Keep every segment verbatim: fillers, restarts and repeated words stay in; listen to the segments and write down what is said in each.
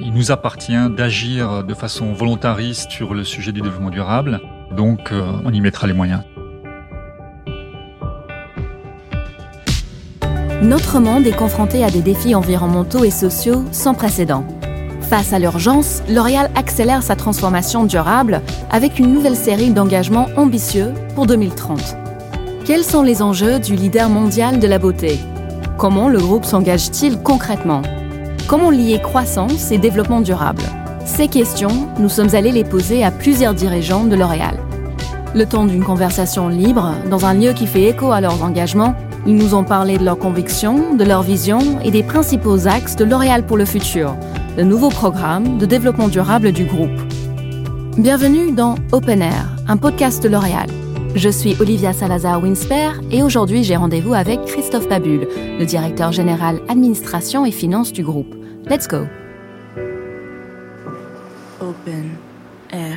Il nous appartient d'agir de façon volontariste sur le sujet du développement durable, donc euh, on y mettra les moyens. Notre monde est confronté à des défis environnementaux et sociaux sans précédent. Face à l'urgence, L'Oréal accélère sa transformation durable avec une nouvelle série d'engagements ambitieux pour deux mille trente. Quels sont les enjeux du leader mondial de la beauté ? Comment le groupe s'engage-t-il concrètement ? Comment lier croissance et développement durable ? Ces questions, nous sommes allés les poser à plusieurs dirigeants de L'Oréal. Le temps d'une conversation libre, dans un lieu qui fait écho à leurs engagements, ils nous ont parlé de leurs convictions, de leur vision et des principaux axes de L'Oréal pour le futur, le nouveau programme de développement durable du groupe. Bienvenue dans Open Air, un podcast de L'Oréal. Je suis Olivia Salazar-Winsper et aujourd'hui j'ai rendez-vous avec Christophe Babule, le directeur général administration et finances du groupe. Let's go. Open Air.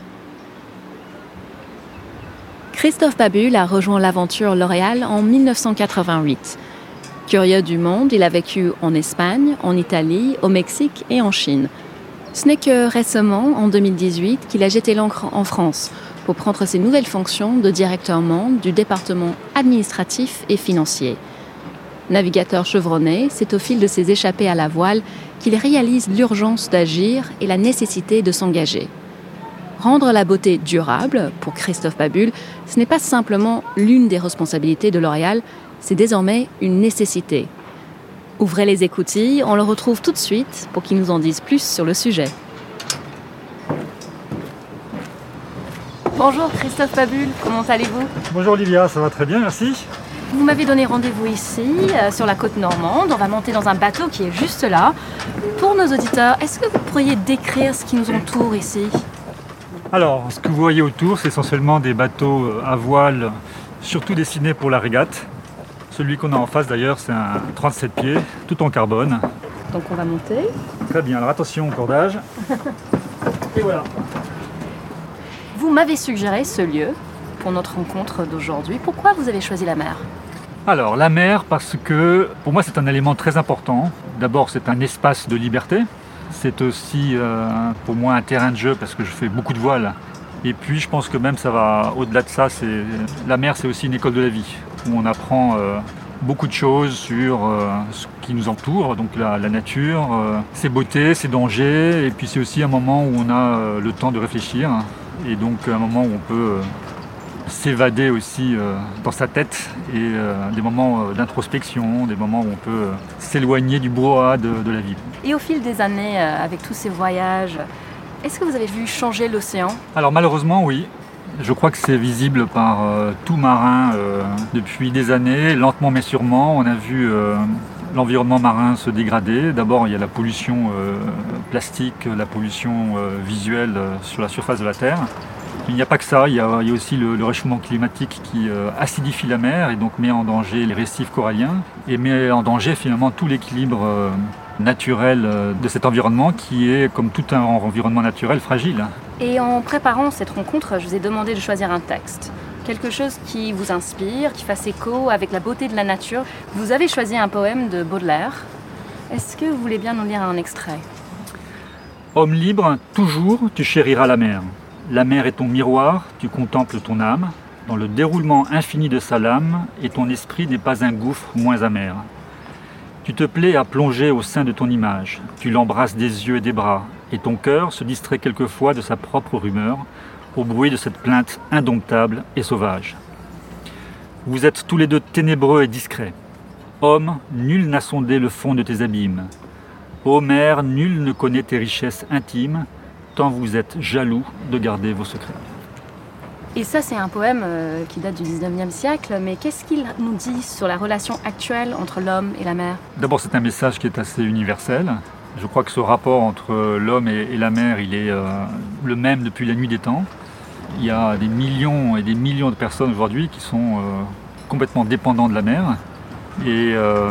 Christophe Babule a rejoint l'aventure L'Oréal en dix-neuf cent quatre-vingt-huit. Curieux du monde, il a vécu en Espagne, en Italie, au Mexique et en Chine. Ce n'est que récemment, en deux mille dix-huit, qu'il a jeté l'ancre en France pour prendre ses nouvelles fonctions de directeur monde du département administratif et financier. Navigateur chevronné, c'est au fil de ses échappées à la voile qu'il réalise l'urgence d'agir et la nécessité de s'engager. Rendre la beauté durable, pour Christophe Babule, ce n'est pas simplement l'une des responsabilités de L'Oréal, c'est désormais une nécessité. Ouvrez les écoutilles, on le retrouve tout de suite pour qu'il nous en dise plus sur le sujet. Bonjour Christophe Babule, comment allez-vous ? Bonjour Olivia, ça va très bien, merci. Vous m'avez donné rendez-vous ici, euh, sur la côte normande. On va monter dans un bateau qui est juste là. Pour nos auditeurs, est-ce que vous pourriez décrire ce qui nous entoure ici ? Alors, ce que vous voyez autour, c'est essentiellement des bateaux à voile, surtout destinés pour la régate. Celui qu'on a en face d'ailleurs, c'est un trente-sept pieds, tout en carbone. Donc on va monter. Très bien, alors attention au cordage. Et voilà. Vous m'avez suggéré ce lieu pour notre rencontre d'aujourd'hui. Pourquoi vous avez choisi la mer ? Alors, la mer, parce que pour moi c'est un élément très important. D'abord, c'est un espace de liberté. C'est aussi euh, pour moi un terrain de jeu parce que je fais beaucoup de voile. Et puis je pense que même ça va au-delà de ça, c'est... la mer c'est aussi une école de la vie où on apprend euh, beaucoup de choses sur euh, ce qui nous entoure, donc la, la nature, euh, ses beautés, ses dangers, et puis c'est aussi un moment où on a euh, le temps de réfléchir et donc un moment où on peut euh, s'évader aussi euh, dans sa tête et euh, des moments euh, d'introspection, des moments où on peut euh, s'éloigner du brouhaha de, de la vie. Et au fil des années, euh, avec tous ces voyages, est-ce que vous avez vu changer l'océan ? Alors malheureusement oui, je crois que c'est visible par euh, tout marin euh, depuis des années, lentement mais sûrement. On a vu euh, l'environnement marin se dégrader. D'abord il y a la pollution euh, plastique, la pollution euh, visuelle euh, sur la surface de la Terre. Il n'y a pas que ça, il y a, il y a aussi le, le réchauffement climatique qui euh, acidifie la mer et donc met en danger les récifs coralliens et met en danger finalement tout l'équilibre euh, naturel euh, de cet environnement qui est, comme tout un environnement naturel, fragile. Et en préparant cette rencontre, je vous ai demandé de choisir un texte. Quelque chose qui vous inspire, qui fasse écho avec la beauté de la nature. Vous avez choisi un poème de Baudelaire. Est-ce que vous voulez bien nous lire un extrait ? Homme libre, toujours tu chériras la mer. La mer est ton miroir, tu contemples ton âme, dans le déroulement infini de sa lame, et ton esprit n'est pas un gouffre moins amer. Tu te plais à plonger au sein de ton image, tu l'embrasses des yeux et des bras, et ton cœur se distrait quelquefois de sa propre rumeur, au bruit de cette plainte indomptable et sauvage. Vous êtes tous les deux ténébreux et discrets. Homme, nul n'a sondé le fond de tes abîmes. Ô mer, nul ne connaît tes richesses intimes, tant vous êtes jaloux de garder vos secrets. Et ça, c'est un poème euh, qui date du dix-neuvième siècle, mais qu'est-ce qu'il nous dit sur la relation actuelle entre l'homme et la mer ? D'abord, c'est un message qui est assez universel. Je crois que ce rapport entre l'homme et, et la mer, il est euh, le même depuis la nuit des temps. Il y a des millions et des millions de personnes aujourd'hui qui sont euh, complètement dépendants de la mer. Et euh,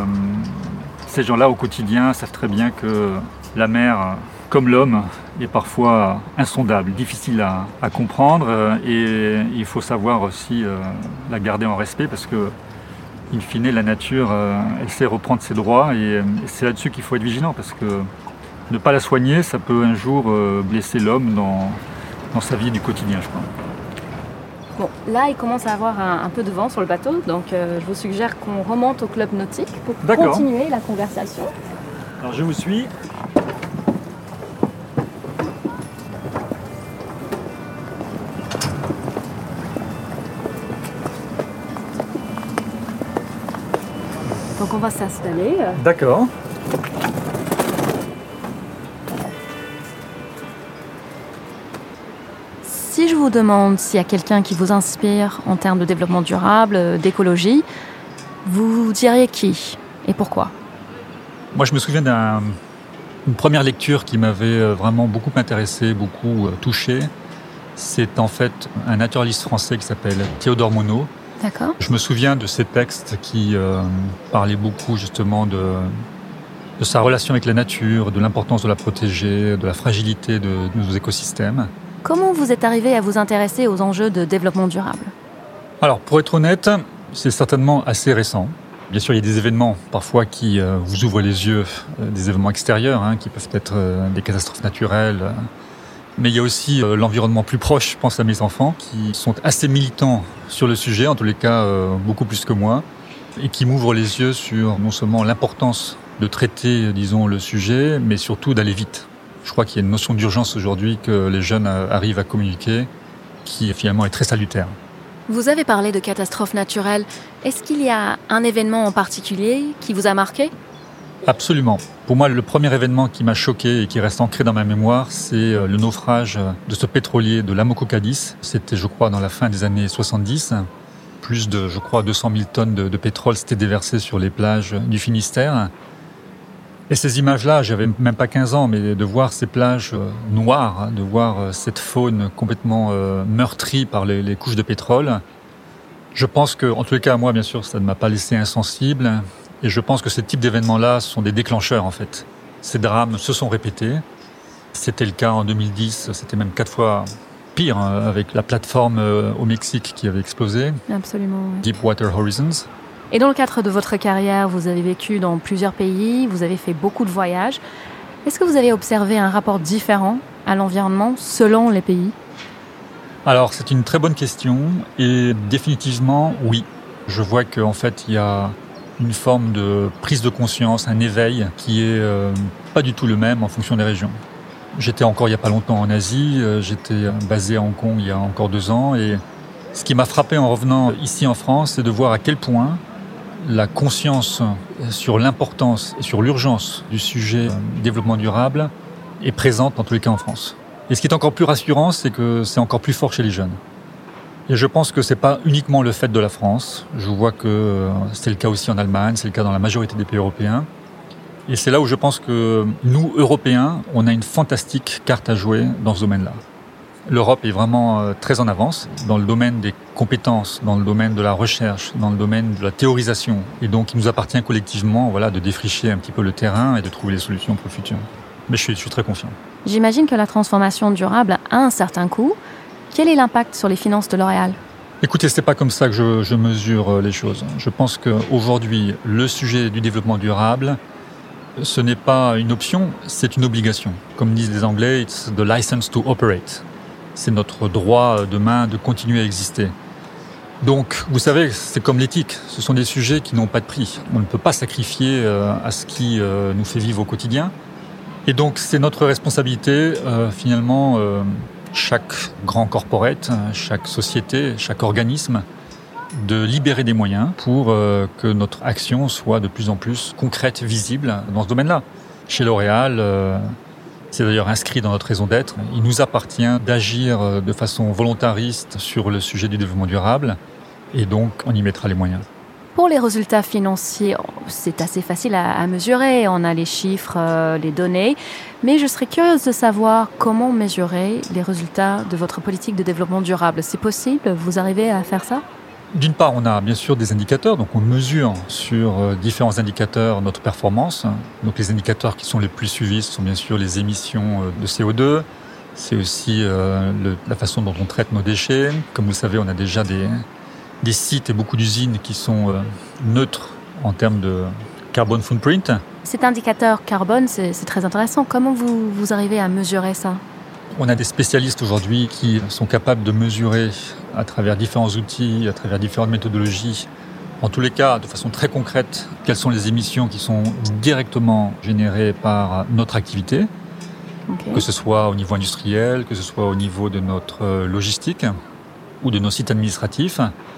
ces gens-là, au quotidien, savent très bien que la mer, comme l'homme, est parfois insondable, difficile à, à comprendre et il faut savoir aussi euh, la garder en respect parce que, in fine, la nature, euh, elle sait reprendre ses droits et, et c'est là-dessus qu'il faut être vigilant parce que Ne pas la soigner, ça peut un jour euh, blesser l'homme dans, dans sa vie du quotidien, je crois. Bon, là, il commence à avoir un, un peu de vent sur le bateau, donc euh, je vous suggère qu'on remonte au club nautique pour D'accord. continuer la conversation. Alors je vous suis. Donc on va s'installer. D'accord. Si je vous demande s'il y a quelqu'un qui vous inspire en termes de développement durable, d'écologie, vous diriez qui et pourquoi? Moi, je me souviens d'une première lecture qui m'avait vraiment beaucoup intéressé, beaucoup touché. C'est en fait un naturaliste français qui s'appelle Théodore Monod. D'accord. Je me souviens de ces textes qui euh, parlaient beaucoup justement de, de sa relation avec la nature, de l'importance de la protéger, de la fragilité de, de nos écosystèmes. Comment vous êtes arrivé à vous intéresser aux enjeux de développement durable? Alors, pour être honnête, c'est certainement assez récent. Bien sûr, il y a des événements parfois qui euh, vous ouvrent les yeux, euh, des événements extérieurs, hein, qui peuvent être euh, des catastrophes naturelles. Euh, mais il y a aussi euh, l'environnement plus proche. Je pense à mes enfants qui sont assez militants sur le sujet, en tous les cas euh, beaucoup plus que moi, et qui m'ouvrent les yeux sur non seulement l'importance de traiter, disons, le sujet, mais surtout d'aller vite. Je crois qu'il y a une notion d'urgence aujourd'hui que les jeunes arrivent à communiquer, qui finalement est très salutaire. Vous avez parlé de catastrophes naturelles. Est-ce qu'il y a un événement en particulier qui vous a marqué? Absolument. Pour moi, le premier événement qui m'a choqué et qui reste ancré dans ma mémoire, c'est le naufrage de ce pétrolier de l'Amoco Cadiz. C'était, je crois, dans la fin des années soixante-dix. Plus de, je crois, deux cent mille tonnes de, de pétrole s'étaient déversées sur les plages du Finistère. Et ces images-là, j'avais même pas quinze ans, mais de voir ces plages noires, de voir cette faune complètement meurtrie par les, les couches de pétrole, je pense que, en tous les cas, moi, bien sûr, ça ne m'a pas laissé insensible. Et je pense que ce type d'événements-là sont des déclencheurs, en fait. Ces drames se sont répétés. C'était le cas en deux mille dix, c'était même quatre fois pire, hein, avec la plateforme au Mexique qui avait explosé. Absolument. Ouais. Deepwater Horizons. Et dans le cadre de votre carrière, vous avez vécu dans plusieurs pays, vous avez fait beaucoup de voyages. Est-ce que vous avez observé un rapport différent à l'environnement selon les pays? Alors, c'est une très bonne question et définitivement, oui. Je vois qu'en fait, il y a une forme de prise de conscience, un éveil qui est euh, pas du tout le même en fonction des régions. J'étais encore il n'y a pas longtemps en Asie, euh, j'étais basé à Hong Kong il y a encore deux ans et ce qui m'a frappé en revenant ici en France, c'est de voir à quel point la conscience sur l'importance et sur l'urgence du sujet développement durable est présente en tous les cas en France. Et ce qui est encore plus rassurant, c'est que c'est encore plus fort chez les jeunes. Et je pense que c'est pas uniquement le fait de la France. Je vois que c'est le cas aussi en Allemagne, c'est le cas dans la majorité des pays européens. Et c'est là où je pense que nous, Européens, on a une fantastique carte à jouer dans ce domaine-là. L'Europe est vraiment très en avance dans le domaine des compétences, dans le domaine de la recherche, dans le domaine de la théorisation. Et donc, il nous appartient collectivement voilà, de défricher un petit peu le terrain et de trouver les solutions pour le futur. Mais je suis, je suis très confiant. J'imagine que la transformation durable a un certain coût. Quel est l'impact sur les finances de L'Oréal? Écoutez, c'est pas comme ça que je, je mesure les choses. Je pense qu'aujourd'hui, le sujet du développement durable, ce n'est pas une option, c'est une obligation. Comme disent les Anglais, it's the license to operate. C'est notre droit demain de continuer à exister. Donc, vous savez, c'est comme l'éthique. Ce sont des sujets qui n'ont pas de prix. On ne peut pas sacrifier euh, à ce qui euh, nous fait vivre au quotidien. Et donc, c'est notre responsabilité, euh, finalement, euh, chaque grand corporate, chaque société, chaque organisme, de libérer des moyens pour euh, que notre action soit de plus en plus concrète, visible dans ce domaine-là. Chez L'Oréal, euh, c'est d'ailleurs inscrit dans notre raison d'être. Il nous appartient d'agir de façon volontariste sur le sujet du développement durable et donc on y mettra les moyens. Pour les résultats financiers, c'est assez facile à, à mesurer. On a les chiffres, euh, les données. Mais je serais curieuse de savoir comment mesurer les résultats de votre politique de développement durable. C'est possible? Vous arrivez à faire ça? D'une part, on a bien sûr des indicateurs, donc on mesure sur différents indicateurs notre performance. Donc les indicateurs qui sont les plus suivis, ce sont bien sûr les émissions de C O deux. C'est aussi euh, le, la façon dont on traite nos déchets. Comme vous le savez, on a déjà des, des sites et beaucoup d'usines qui sont euh, neutres en termes de carbon footprint. Cet indicateur carbone, c'est, c'est très intéressant. Comment vous, vous arrivez à mesurer ça ? On a des spécialistes aujourd'hui qui sont capables de mesurer à travers différents outils, à travers différentes méthodologies, en tous les cas, de façon très concrète, quelles sont les émissions qui sont directement générées par notre activité, okay. Que ce soit au niveau industriel, que ce soit au niveau de notre logistique ou de nos sites administratifs.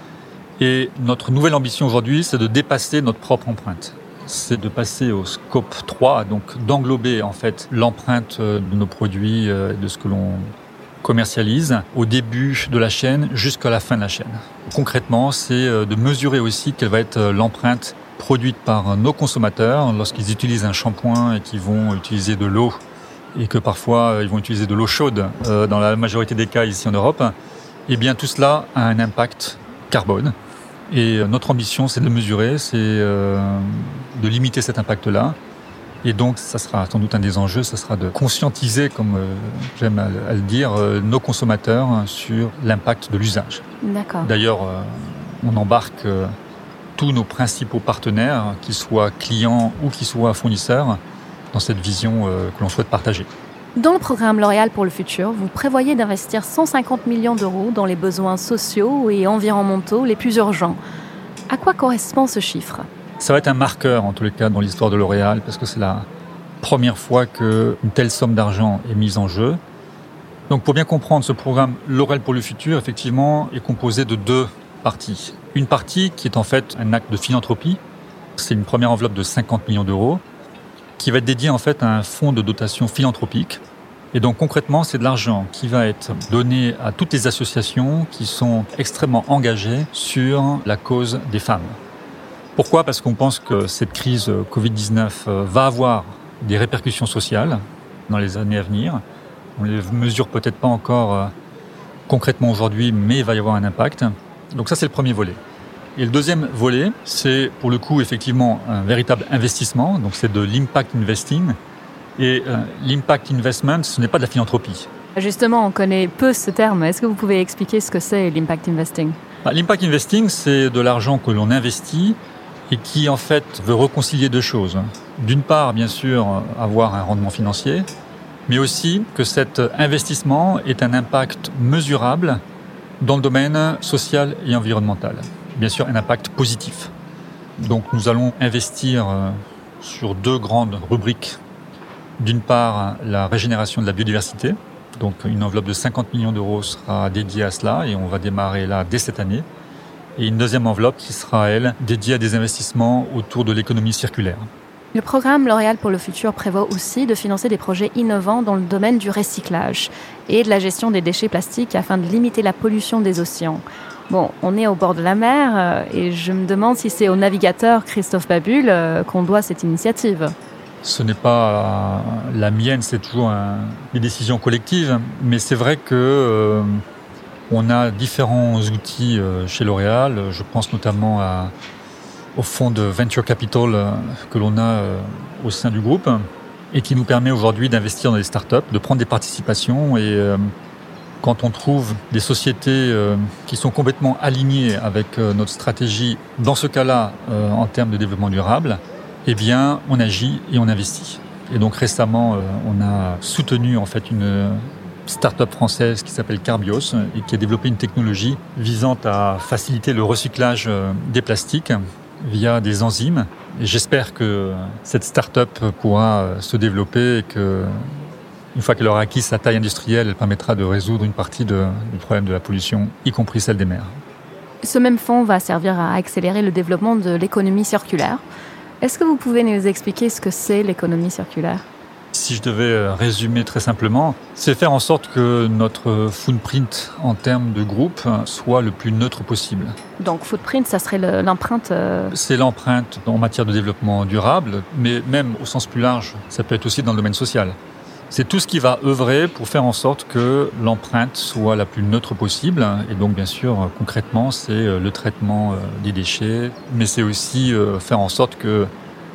Et notre nouvelle ambition aujourd'hui, c'est de dépasser notre propre empreinte. C'est de passer au scope trois, donc d'englober en fait l'empreinte de nos produits, de ce que l'on commercialise au début de la chaîne jusqu'à la fin de la chaîne. Concrètement, c'est de mesurer aussi quelle va être l'empreinte produite par nos consommateurs lorsqu'ils utilisent un shampoing et qu'ils vont utiliser de l'eau et que parfois ils vont utiliser de l'eau chaude dans la majorité des cas ici en Europe. Eh bien tout cela a un impact carbone. Et notre ambition, c'est de le mesurer, c'est euh, de limiter cet impact-là. Et donc, ça sera sans doute un des enjeux, ça sera de conscientiser, comme euh, j'aime à, à le dire, euh, nos consommateurs sur l'impact de l'usage. D'accord. D'ailleurs, euh, on embarque euh, tous nos principaux partenaires, qu'ils soient clients ou qu'ils soient fournisseurs, dans cette vision euh, que l'on souhaite partager. Dans le programme L'Oréal pour le futur, vous prévoyez d'investir cent cinquante millions d'euros dans les besoins sociaux et environnementaux les plus urgents. À quoi correspond ce chiffre ? Ça va être un marqueur, en tous les cas, dans l'histoire de L'Oréal, parce que c'est la première fois qu'une telle somme d'argent est mise en jeu. Donc, pour bien comprendre, ce programme L'Oréal pour le futur, effectivement, est composé de deux parties. Une partie qui est en fait un acte de philanthropie. C'est une première enveloppe de cinquante millions d'euros. Qui va être dédié en fait à un fonds de dotation philanthropique. Et donc concrètement, c'est de l'argent qui va être donné à toutes les associations qui sont extrêmement engagées sur la cause des femmes. Pourquoi ? Parce qu'on pense que cette crise covid dix-neuf va avoir des répercussions sociales dans les années à venir. On ne les mesure peut-être pas encore concrètement aujourd'hui, mais il va y avoir un impact. Donc ça, c'est le premier volet. Et le deuxième volet, c'est pour le coup effectivement un véritable investissement, donc c'est de l'impact investing. Et euh, l'impact investment, ce n'est pas de la philanthropie. Justement, on connaît peu ce terme. Est-ce que vous pouvez expliquer ce que c'est l'impact investing ? Bah, l'impact investing, c'est de l'argent que l'on investit et qui en fait veut réconcilier deux choses. D'une part, bien sûr, avoir un rendement financier, mais aussi que cet investissement ait un impact mesurable dans le domaine social et environnemental. Bien sûr, un impact positif. Donc nous allons investir sur deux grandes rubriques. D'une part, la régénération de la biodiversité. Donc une enveloppe de cinquante millions d'euros sera dédiée à cela et on va démarrer là dès cette année. Et une deuxième enveloppe qui sera, elle, dédiée à des investissements autour de l'économie circulaire. Le programme L'Oréal pour le futur prévoit aussi de financer des projets innovants dans le domaine du recyclage et de la gestion des déchets plastiques afin de limiter la pollution des océans. Bon, on est au bord de la mer euh, et je me demande si c'est au navigateur Christophe Babule euh, qu'on doit cette initiative. Ce n'est pas la mienne, c'est toujours un, des décisions collectives, mais c'est vrai que euh, on a différents outils euh, chez L'Oréal. Je pense notamment à, au fonds de venture capital euh, que l'on a euh, au sein du groupe et qui nous permet aujourd'hui d'investir dans des startups, de prendre des participations et euh, quand on trouve des sociétés euh, qui sont complètement alignées avec euh, notre stratégie, dans ce cas-là, euh, en termes de développement durable, eh bien, on agit et on investit. Et donc récemment, euh, on a soutenu en fait une start-up française qui s'appelle Carbios et qui a développé une technologie visant à faciliter le recyclage euh, des plastiques via des enzymes. Et j'espère que cette start-up pourra euh, se développer et que une fois qu'elle aura acquis sa taille industrielle, elle permettra de résoudre une partie de, du problème de la pollution, y compris celle des mers. Ce même fonds va servir à accélérer le développement de l'économie circulaire. Est-ce que vous pouvez nous expliquer ce que c'est l'économie circulaire ? Si je devais résumer très simplement, c'est faire en sorte que notre footprint en termes de groupe soit le plus neutre possible. Donc footprint, ça serait le, l'empreinte euh... C'est l'empreinte en matière de développement durable, mais même au sens plus large, ça peut être aussi dans le domaine social. C'est tout ce qui va œuvrer pour faire en sorte que l'empreinte soit la plus neutre possible. Et donc, bien sûr, concrètement, c'est le traitement des déchets, mais c'est aussi faire en sorte que,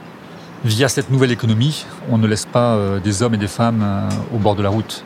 via cette nouvelle économie, on ne laisse pas des hommes et des femmes au bord de la route.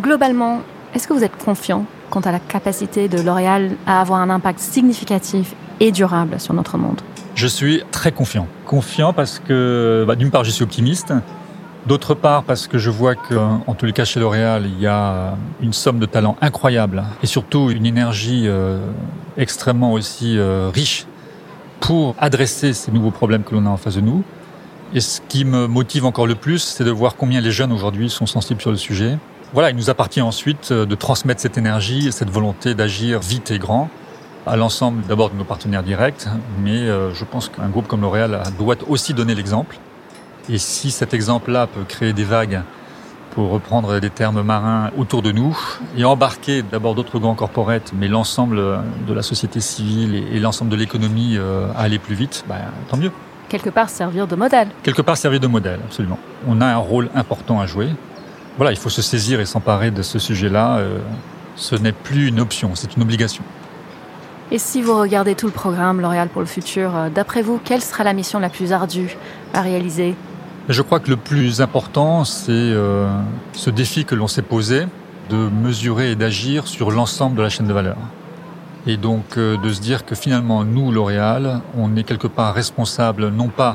Globalement, est-ce que vous êtes confiant quant à la capacité de L'Oréal à avoir un impact significatif et durable sur notre monde? Je suis très confiant. Confiant parce que, bah, d'une part, je suis optimiste. D'autre part, parce que je vois qu'en tous les cas, chez L'Oréal, il y a une somme de talents incroyable et surtout une énergie euh, extrêmement aussi euh, riche pour adresser ces nouveaux problèmes que l'on a en face de nous. Et ce qui me motive encore le plus, c'est de voir combien les jeunes aujourd'hui sont sensibles sur le sujet. Voilà, il nous appartient ensuite de transmettre cette énergie et cette volonté d'agir vite et grand à l'ensemble d'abord de nos partenaires directs, mais euh, je pense qu'un groupe comme L'Oréal doit aussi donner l'exemple. Et si cet exemple-là peut créer des vagues, pour reprendre des termes marins, autour de nous, et embarquer d'abord d'autres grands corporates, mais l'ensemble de la société civile et l'ensemble de l'économie à aller plus vite, bah, tant mieux. Quelque part servir de modèle. Quelque part servir de modèle, absolument. On a un rôle important à jouer. Voilà, il faut se saisir et s'emparer de ce sujet-là. Euh, ce n'est plus une option, c'est une obligation. Et si vous regardez tout le programme L'Oréal pour le futur, d'après vous, quelle sera la mission la plus ardue à réaliser ? Je crois que le plus important, c'est euh, ce défi que l'on s'est posé de mesurer et d'agir sur l'ensemble de la chaîne de valeur. Et donc euh, de se dire que finalement, nous, L'Oréal, on est quelque part responsable non pas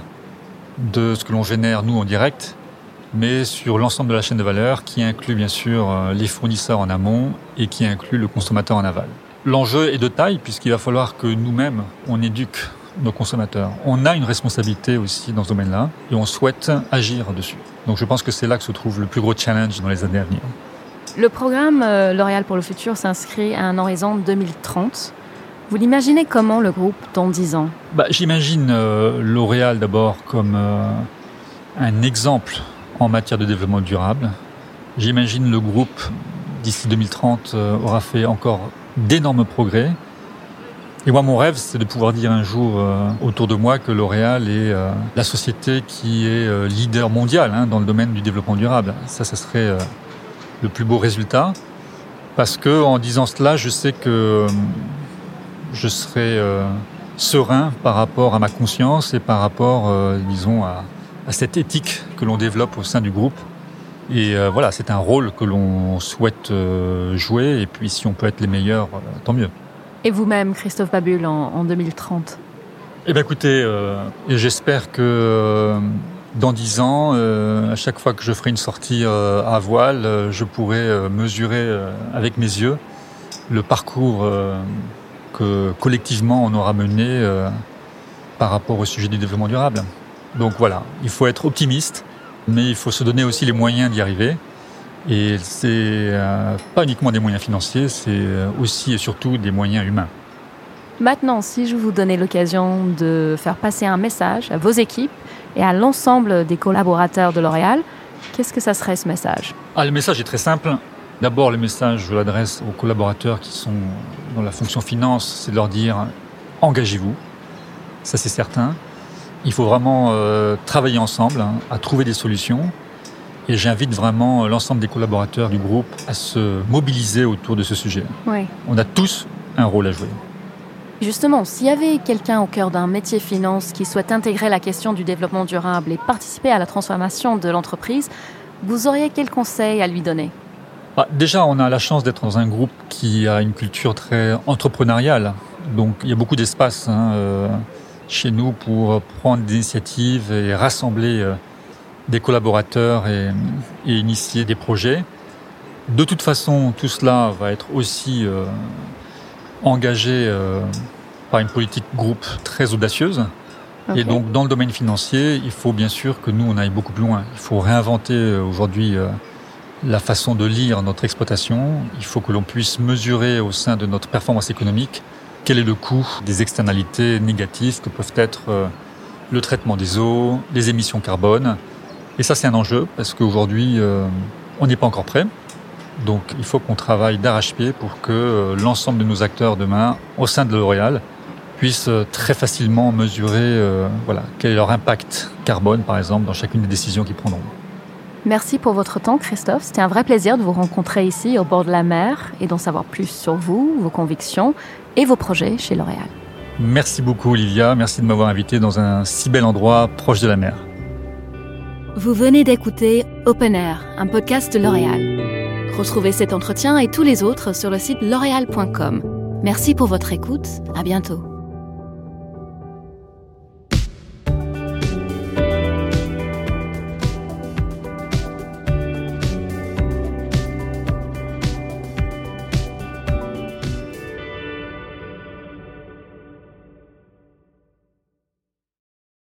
de ce que l'on génère, nous, en direct, mais sur l'ensemble de la chaîne de valeur qui inclut bien sûr les fournisseurs en amont et qui inclut le consommateur en aval. L'enjeu est de taille puisqu'il va falloir que nous-mêmes, on éduque nos consommateurs. On a une responsabilité aussi dans ce domaine-là et on souhaite agir dessus. Donc je pense que c'est là que se trouve le plus gros challenge dans les années à venir. Le programme euh, L'Oréal pour le futur s'inscrit à un horizon deux mille trente. Vous l'imaginez comment, le groupe, dans dix ans ? bah, J'imagine euh, L'Oréal d'abord comme euh, un exemple en matière de développement durable. J'imagine le groupe, d'ici deux mille trente, euh, aura fait encore d'énormes progrès. Et moi, mon rêve, c'est de pouvoir dire un jour euh, autour de moi que L'Oréal est euh, la société qui est euh, leader mondial hein, dans le domaine du développement durable. Ça, ça serait euh, le plus beau résultat. Parce que en disant cela, je sais que euh, je serai euh, serein par rapport à ma conscience et par rapport, euh, disons, à, à cette éthique que l'on développe au sein du groupe. Et euh, voilà, c'est un rôle que l'on souhaite euh, jouer. Et puis, si on peut être les meilleurs, euh, tant mieux. Et vous-même, Christophe Babule, en, en deux mille trente ? Eh bien, écoutez, euh, j'espère que euh, dans dix ans, euh, à chaque fois que je ferai une sortie euh, à voile, euh, je pourrai euh, mesurer euh, avec mes yeux le parcours euh, que collectivement on aura mené euh, par rapport au sujet du développement durable. Donc voilà, il faut être optimiste, mais il faut se donner aussi les moyens d'y arriver. Et c'est euh, pas uniquement des moyens financiers, c'est aussi et surtout des moyens humains. Maintenant, si je vous donnais l'occasion de faire passer un message à vos équipes et à l'ensemble des collaborateurs de L'Oréal, qu'est-ce que ça serait ce message ? ah, Le message est très simple. D'abord, le message, je l'adresse aux collaborateurs qui sont dans la fonction finance, c'est de leur dire « engagez-vous ». Ça, c'est certain. Il faut vraiment euh, travailler ensemble hein, à trouver des solutions. Et j'invite vraiment l'ensemble des collaborateurs du groupe à se mobiliser autour de ce sujet. Oui. On a tous un rôle à jouer. Justement, s'il y avait quelqu'un au cœur d'un métier finance qui souhaite intégrer la question du développement durable et participer à la transformation de l'entreprise, vous auriez quel conseil à lui donner ? bah, Déjà, on a la chance d'être dans un groupe qui a une culture très entrepreneuriale. Donc, il y a beaucoup d'espace hein, euh, chez nous pour prendre des initiatives et rassembler euh, des collaborateurs et, et initier des projets. De toute façon, tout cela va être aussi euh, engagé euh, par une politique groupe très audacieuse. Okay. Et donc, dans le domaine financier, il faut bien sûr que nous, on aille beaucoup plus loin. Il faut réinventer euh, aujourd'hui euh, la façon de lire notre exploitation. Il faut que l'on puisse mesurer au sein de notre performance économique quel est le coût des externalités négatives que peuvent être euh, le traitement des eaux, les émissions carbone. Et ça, c'est un enjeu parce qu'aujourd'hui, euh, on n'est pas encore prêt. Donc, il faut qu'on travaille d'arrache-pied pour que euh, l'ensemble de nos acteurs demain, au sein de L'Oréal, puissent euh, très facilement mesurer euh, voilà, quel est leur impact carbone, par exemple, dans chacune des décisions qu'ils prendront. Merci pour votre temps, Christophe. C'était un vrai plaisir de vous rencontrer ici, au bord de la mer, et d'en savoir plus sur vous, vos convictions et vos projets chez L'Oréal. Merci beaucoup, Olivia. Merci de m'avoir invité dans un si bel endroit proche de la mer. Vous venez d'écouter Open Air, un podcast de L'Oréal. Retrouvez cet entretien et tous les autres sur le site l'oréal point com. Merci pour votre écoute. À bientôt.